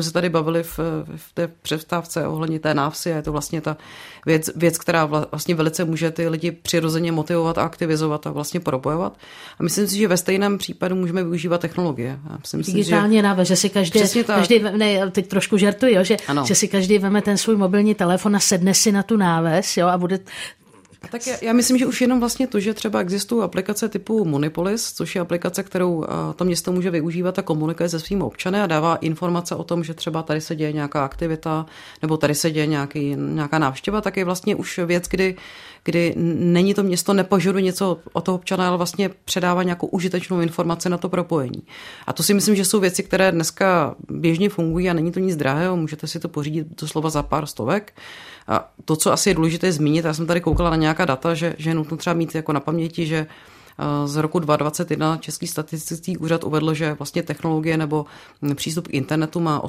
se tady bavili v té přestávce ohledně té návsi a je to vlastně ta věc, která vlastně velice může ty lidi přirozeně motivovat a aktivizovat a vlastně propojovat. A myslím si, že ve stejném případu můžeme využívat technologie. Digitálně náves, že si každý teď trošku žertuji, jo, že si každý veme ten svůj mobilní telefon a sedne si na tu náves, jo, a bude... Tak já myslím, že už jenom vlastně to, že třeba existují aplikace typu Monipolis, což je aplikace, kterou to město může využívat a komunikuje se svými občany a dává informace o tom, že třeba tady se děje nějaká aktivita nebo tady se děje nějaká návštěva, tak je vlastně už věc, kdy není to město, nepožaduje něco od toho občana, ale vlastně předává nějakou užitečnou informaci na to propojení. A to si myslím, že jsou věci, které dneska běžně fungují a není to nic drahého, můžete si to pořídit doslova za pár stovek. A to, co asi je důležité zmínit, já jsem tady koukala na nějaká data, že je nutno třeba mít jako na paměti, že z roku 2021 Český statistický úřad uvedl, že vlastně technologie nebo přístup k internetu má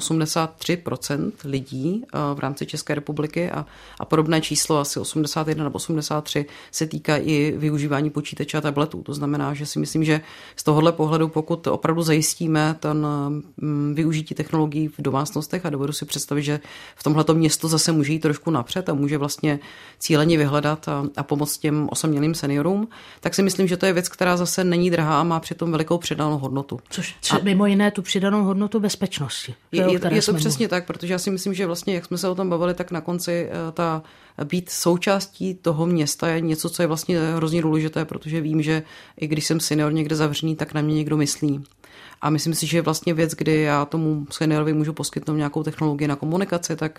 83% lidí v rámci České republiky a podobné číslo, asi 81 nebo 83, se týká i využívání počítače a tabletů. To znamená, že si myslím, že z tohohle pohledu, pokud opravdu zajistíme ten využití technologií v domácnostech a dovedu si představit, že v tomhleto město zase může jít trošku napřed a může vlastně cíleně vyhledat a pomoct těm osamělým seniorům, tak si myslím, že to je věc, která zase není drahá a má přitom velikou přidanou hodnotu. Což mimo jiné tu přidanou hodnotu bezpečnosti. Je to přesně tak, protože já si myslím, že vlastně, jak jsme se o tom bavili, tak na konci být součástí toho města je něco, co je vlastně hrozně důležité, protože vím, že i když jsem senior někde zavřený, tak na mě někdo myslí. A myslím si, že je vlastně věc, kdy já tomu seniorovi můžu poskytnout nějakou technologii na komunikaci, tak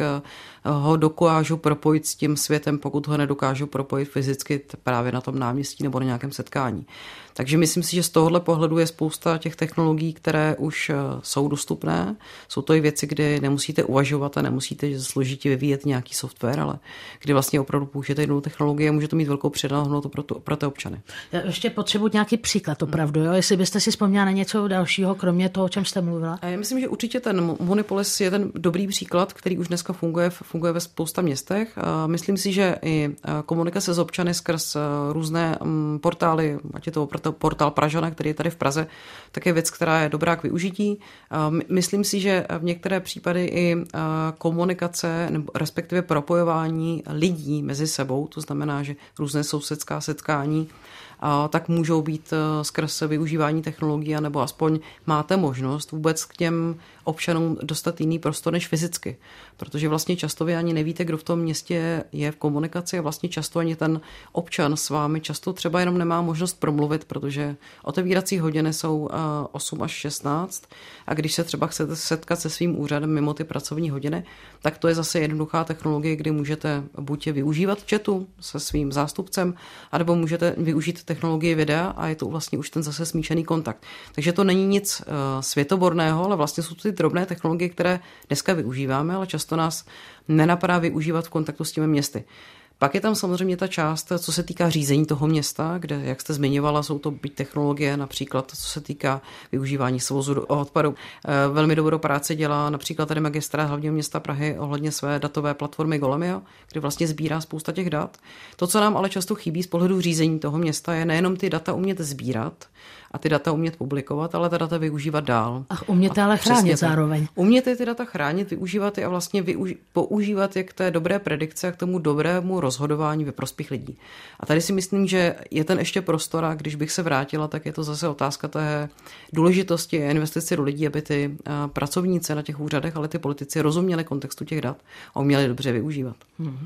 ho dokážu propojit s tím světem, pokud ho nedokážu propojit fyzicky právě na tom náměstí nebo na nějakém setkání. Takže myslím si, že z tohohle pohledu je spousta těch technologií, které už jsou dostupné. Jsou to i věci, kdy nemusíte uvažovat a nemusíte složitě vyvíjet nějaký software, ale kdy vlastně opravdu použijete jednou technologii a může to mít velkou přidanou hodnotu pro ty občany. Já ještě potřebuji nějaký příklad opravdu, jo? Jestli byste si vzpomněla na něco dalšího, kromě toho, o čem jste mluvila. A já myslím, že určitě ten Monipolis je ten dobrý příklad, který už dneska funguje ve spousta městech. A myslím si, že i komunikace s občany skrz různé portály, ať je to portál Pražana, který je tady v Praze, tak je věc, která je dobrá k využití. Myslím si, že v některé případy i komunikace, nebo respektive propojování lidí mezi sebou, to znamená, že různé sousedská setkání, tak můžou být skrz využívání technologií, nebo aspoň máte možnost vůbec k těm občanům dostat jiný prostor než fyzicky. Protože vlastně často vy ani nevíte, kdo v tom městě je v komunikaci a vlastně často ani ten občan s vámi často třeba jenom nemá možnost promluvit, protože otevírací hodiny jsou 8 až 16 a když se třeba chcete setkat se svým úřadem mimo ty pracovní hodiny, tak to je zase jednoduchá technologie, kdy můžete buď využívat chatu se svým zástupcem, anebo můžete využít technologie videa a je to vlastně už ten zase smíšený kontakt. Takže to není nic světoborného, ale vlastně jsou to ty drobné technologie, které dneska využíváme, ale často nás nenapadá využívat v kontaktu s těmi městy. Pak je tam samozřejmě ta část, co se týká řízení toho města, kde, jak jste zmiňovala, jsou to byť technologie, například co se týká využívání svozu odpadu. Velmi dobrou práci dělá například tady magistrát hlavního města Prahy ohledně své datové platformy Golemio, kde vlastně sbírá spousta těch dat. To, co nám ale často chybí z pohledu řízení toho města, je nejenom ty data umět sbírat a ty data umět publikovat, ale ta data využívat dál. A umět ale chránit zároveň. Umět ty data chránit, využívat je a vlastně používat je k té dobré predikci a k tomu dobrému rozhodování ve prospěch lidí. A tady si myslím, že je ten ještě prostor a když bych se vrátila, tak je to zase otázka té důležitosti a investice do lidí, aby ty pracovníci na těch úřadech, ale ty politici rozuměli kontextu těch dat a uměli dobře využívat.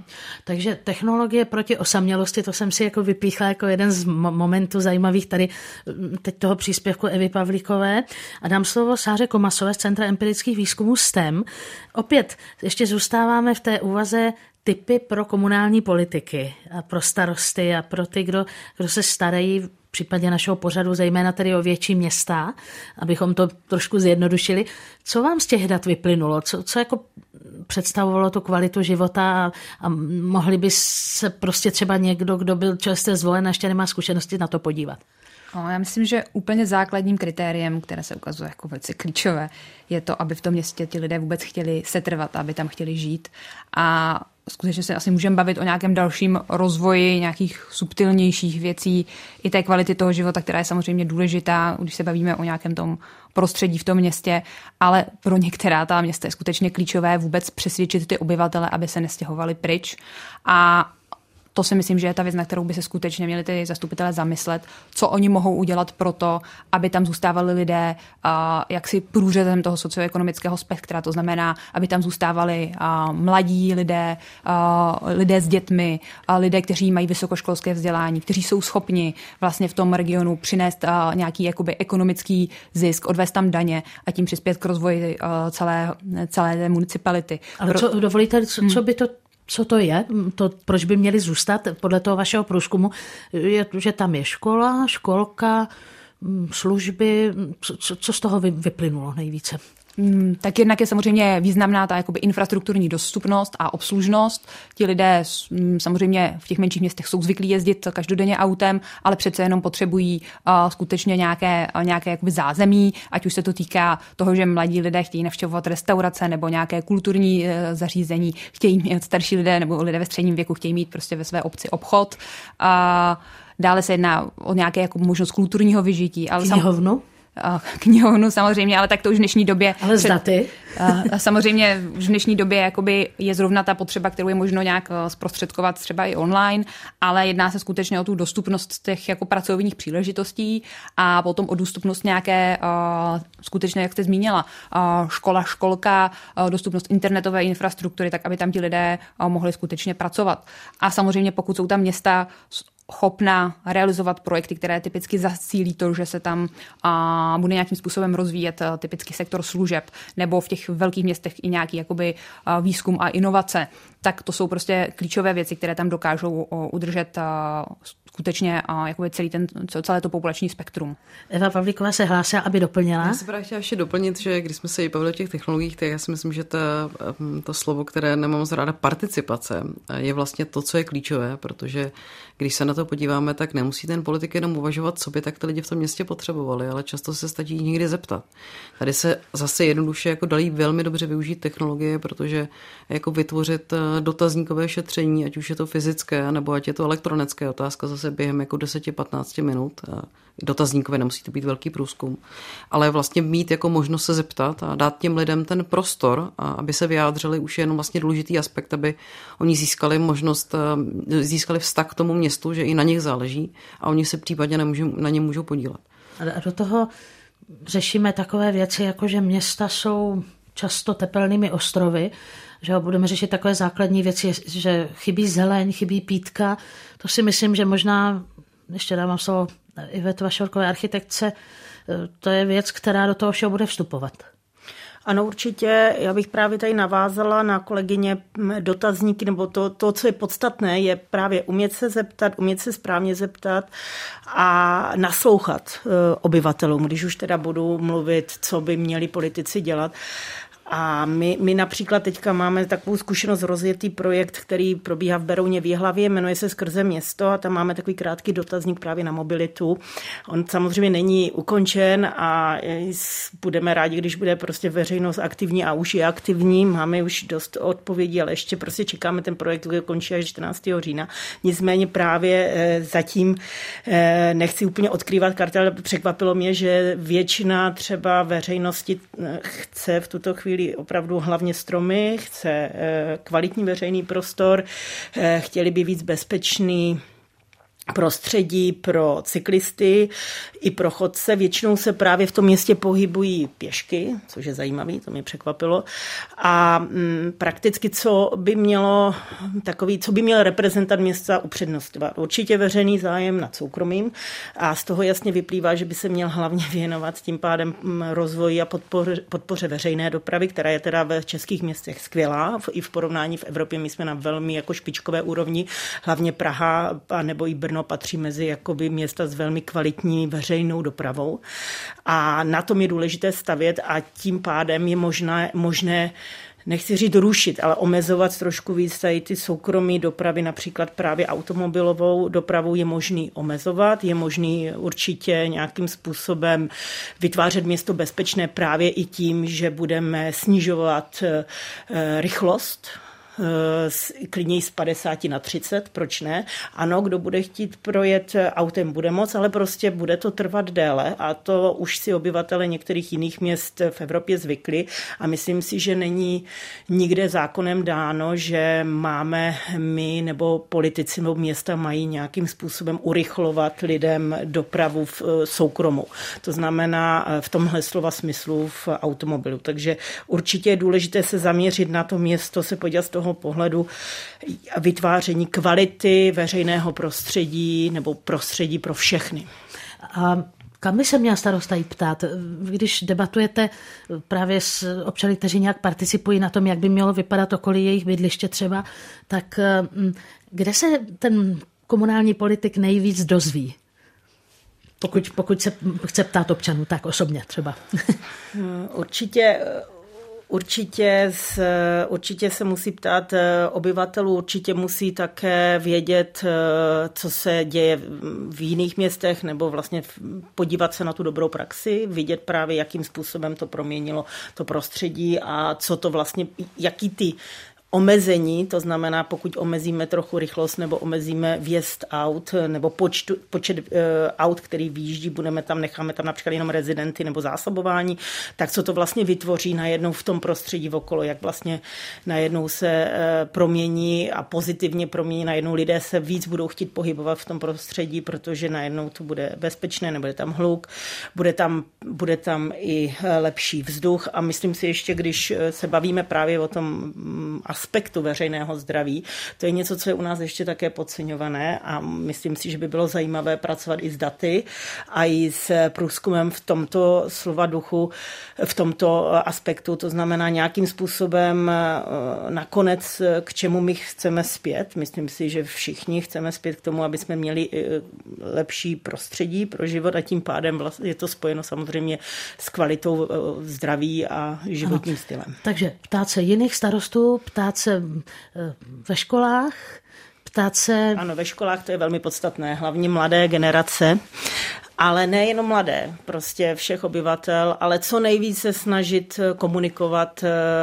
Takže technologie proti osamělosti, to jsem si jako vypíchla jako jeden z momentů zajímavých tady teď toho příspěvku Evy Pavlíkové a dám slovo Sáře Komasové z Centra empirických výzkumů STEM. Opět ještě zůstáváme v té úvaze tipy pro komunální politiky a pro starosty a pro ty, kdo se starají v případě našeho pořadu, zejména tedy o větší města, abychom to trošku zjednodušili. Co vám z těch dat vyplynulo? Co jako představovalo tu kvalitu života a mohli by se prostě třeba někdo, kdo byl čerstvě zvolen a ještě nemá zkušenosti, na to podívat? Já myslím, že úplně základním kritériem, které se ukazuje jako velice klíčové, je to, aby v tom městě ti lidé vůbec chtěli setrvat, aby tam chtěli žít. A skutečně se asi můžeme bavit o nějakém dalším rozvoji nějakých subtilnějších věcí i té kvality toho života, která je samozřejmě důležitá, když se bavíme o nějakém tom prostředí v tom městě, ale pro některá ta města je skutečně klíčové vůbec přesvědčit ty obyvatele, aby se nestěhovali pryč. A to si myslím, že je ta věc, na kterou by se skutečně měli ty zastupitelé zamyslet, co oni mohou udělat pro to, aby tam zůstávali lidé jaksi průřezem toho socioekonomického spektra. To znamená, aby tam zůstávali mladí lidé, lidé s dětmi, lidé, kteří mají vysokoškolské vzdělání, kteří jsou schopni vlastně v tom regionu přinést nějaký jakoby ekonomický zisk, odvést tam daně a tím přispět k rozvoji celé té municipality. Ale dovolíte, co by to co to je? Proč by měli zůstat podle toho vašeho průzkumu? Je, že tam je škola, školka, služby. Co z toho vyplynulo nejvíce? Tak jednak je samozřejmě významná ta jakoby infrastrukturní dostupnost a obslužnost. Ti lidé samozřejmě v těch menších městech jsou zvyklí jezdit každodenně autem, ale přece jenom potřebují skutečně nějaké jakoby zázemí, ať už se to týká toho, že mladí lidé chtějí navštěvovat restaurace nebo nějaké kulturní zařízení, chtějí mít starší lidé nebo lidé ve středním věku chtějí mít prostě ve své obci obchod. Dále se jedná o nějaké jako možnost kulturního vyžití. Knihovnu samozřejmě, ale tak to už v dnešní době. Ale s daty? Samozřejmě v dnešní době jakoby je zrovna ta potřeba, kterou je možno nějak zprostředkovat třeba i online, ale jedná se skutečně o tu dostupnost těch jako pracovních příležitostí a potom o dostupnost nějaké skutečně, jak jste zmínila, školka, dostupnost internetové infrastruktury, tak aby tam ti lidé mohli skutečně pracovat. A samozřejmě pokud jsou tam města schopna realizovat projekty, které typicky zacílí to, že se tam bude nějakým způsobem rozvíjet typický sektor služeb nebo v těch velkých městech i nějaký jakoby výzkum a inovace, tak to jsou prostě klíčové věci, které tam dokážou udržet skutečně jakoby celé to populační spektrum. Eva Pavlíková se hlásila, aby doplnila. Já se právě chtěla ještě doplnit, že když jsme se jí bavili o těch technologiích, tak já si myslím, že to slovo, které nemám moc ráda, participace, je vlastně to, co je klíčové, protože když se na to podíváme, tak nemusí ten politik jenom uvažovat, co by tak ty lidi v tom městě potřebovali, ale často se stačí někdy zeptat. Tady se zase jednoduše jako dají velmi dobře využít technologie, protože jako vytvořit dotazníkové šetření, ať už je to fyzické, nebo ať je to elektronické, otázka zase během jako 10-15 minut. Dotazníkové, nemusí to být velký průzkum, ale vlastně mít jako možnost se zeptat a dát těm lidem ten prostor, aby se vyjádřili, už je jenom vlastně důležitý aspekt, aby oni získali možnost, získali vztah k tomu městu, že i na nich záleží a oni se případně na ně můžou podílet. A do toho řešíme takové věci, jako že města jsou často tepelnými ostrovy, že budeme řešit takové základní věci, že chybí zeleň, chybí pítka. To si myslím, že možná, ještě dávám slovo Ivetu Vašorkové, architektce, to je věc, která do toho všeho bude vstupovat. Ano, určitě. Já bych právě tady navázala na kolegyně dotazníky, nebo to, co je podstatné, je právě umět se zeptat, umět se správně zeptat a naslouchat obyvatelům, když už teda budu mluvit, co by měli politici dělat. A my například teďka máme takovou zkušenost, rozjetý projekt, který probíhá v Berouně v Jihlavě, jmenuje se Skrze město a tam máme takový krátký dotazník právě na mobilitu. On samozřejmě není ukončen a budeme rádi, když bude prostě veřejnost aktivní a už je aktivní. Máme už dost odpovědí, ale ještě prostě čekáme, ten projekt končí až 14. října. Nicméně právě zatím nechci úplně odkrývat karty, ale překvapilo mě, že většina třeba veřejnosti chce v tuto chvíli opravdu hlavně stromy, chce kvalitní veřejný prostor, chtěli by víc bezpečný prostředí pro cyklisty i pro chodce. Většinou se právě v tom městě pohybují pěšky, což je zajímavý, to mě překvapilo. A prakticky, co by měl reprezentant města upřednostňovat? Určitě veřejný zájem nad soukromým a z toho jasně vyplývá, že by se měl hlavně věnovat tím pádem rozvoji a podpoře veřejné dopravy, která je teda ve českých městech skvělá. I v porovnání v Evropě my jsme na velmi jako špičkové úrovni, hlavně Praha a nebo i Brno patří mezi jakoby města s velmi kvalitní veřejnou dopravou a na tom je důležité stavět a tím pádem je možné nechci říct rušit, ale omezovat trošku víc tady ty soukromé dopravy, například právě automobilovou dopravu je možný omezovat, je možný určitě nějakým způsobem vytvářet město bezpečné právě i tím, že budeme snižovat rychlost klidně z 50 na 30, proč ne? Ano, kdo bude chtít projet autem, bude moc, ale prostě bude to trvat déle a to už si obyvatele některých jiných měst v Evropě zvykli a myslím si, že není nikde zákonem dáno, že máme my nebo politici nebo města mají nějakým způsobem urychlovat lidem dopravu v soukromou. To znamená v tomhle slova smyslu v automobilu. Takže určitě je důležité se zaměřit na to město, se podívat z toho pohledu vytváření kvality veřejného prostředí nebo prostředí pro všechny. A kam by se měla starosta jít ptát? Když debatujete právě s občany, kteří nějak participují na tom, jak by mělo vypadat okolí jejich bydliště třeba, tak kde se ten komunální politik nejvíc dozví? Pokud se chce ptát občanů, tak osobně třeba. Určitě se musí ptát obyvatelů, určitě musí také vědět, co se děje v jiných městech, nebo vlastně podívat se na tu dobrou praxi, vidět právě, jakým způsobem to proměnilo to prostředí a co to vlastně, jaký ty omezení, to znamená, pokud omezíme trochu rychlost nebo omezíme vjezd aut nebo počet aut, který výjíždí, necháme tam například jenom rezidenty nebo zásobování, tak co to vlastně vytvoří najednou v tom prostředí okolo, jak vlastně najednou se promění a pozitivně promění, najednou lidé se víc budou chtít pohybovat v tom prostředí, protože najednou to bude bezpečné, nebude tam hluk, bude tam i lepší vzduch a myslím si ještě, když se bavíme právě o tom aspektu veřejného zdraví. To je něco, co je u nás ještě také podceňované a myslím si, že by bylo zajímavé pracovat i s daty a i s průzkumem v tomto slova duchu, v tomto aspektu. To znamená nějakým způsobem nakonec, k čemu my chceme zpět. Myslím si, že všichni chceme zpět k tomu, aby jsme měli lepší prostředí pro život a tím pádem je to spojeno samozřejmě s kvalitou zdraví a životním stylem. Takže ptát se jiných starostů, ptát se ve školách, ptát se... Ano, ve školách to je velmi podstatné, hlavně mladé generace, ale nejenom mladé, prostě všech obyvatel, ale co nejvíce snažit komunikovat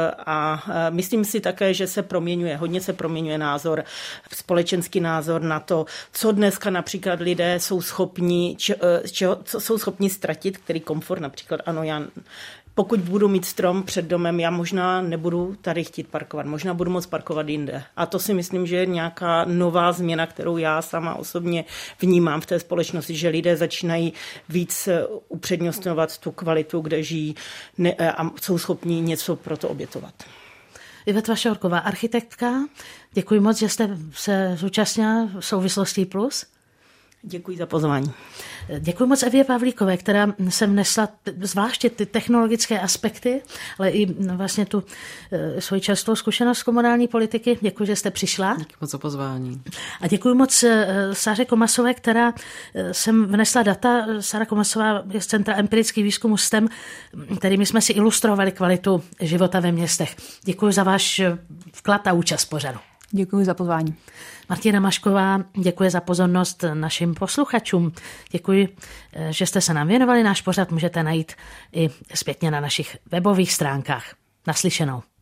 a myslím si také, že hodně se proměňuje názor, společenský názor na to, co dneska například lidé jsou schopni, co jsou schopni ztratit, který komfort například, ano, pokud budu mít strom před domem, já možná nebudu tady chtít parkovat, možná budu moct parkovat jinde. A to si myslím, že je nějaká nová změna, kterou já sama osobně vnímám v té společnosti, že lidé začínají víc upřednostňovat tu kvalitu, kde žijí a jsou schopní něco pro to obětovat. Iveta Šorková, architektka, děkuji moc, že jste se zúčastnila Souvislostí plus. Děkuji za pozvání. Děkuji moc Evě Pavlíkové, která sem vnesla zvláště ty technologické aspekty, ale i vlastně tu svoji čerstvou zkušenost z komunální politiky. Děkuji, že jste přišla. Děkuji moc za pozvání. A děkuji moc Sáře Komasové, která sem vnesla data. Sára Komasová je z Centra empirických výzkumů STEM, kterými jsme si ilustrovali kvalitu života ve městech. Děkuji za váš vklad a účast pořadu. Děkuji za pozvání. Martina Mašková, děkuji za pozornost našim posluchačům. Děkuji, že jste se nám věnovali. Náš pořad můžete najít i zpětně na našich webových stránkách. Naslyšenou.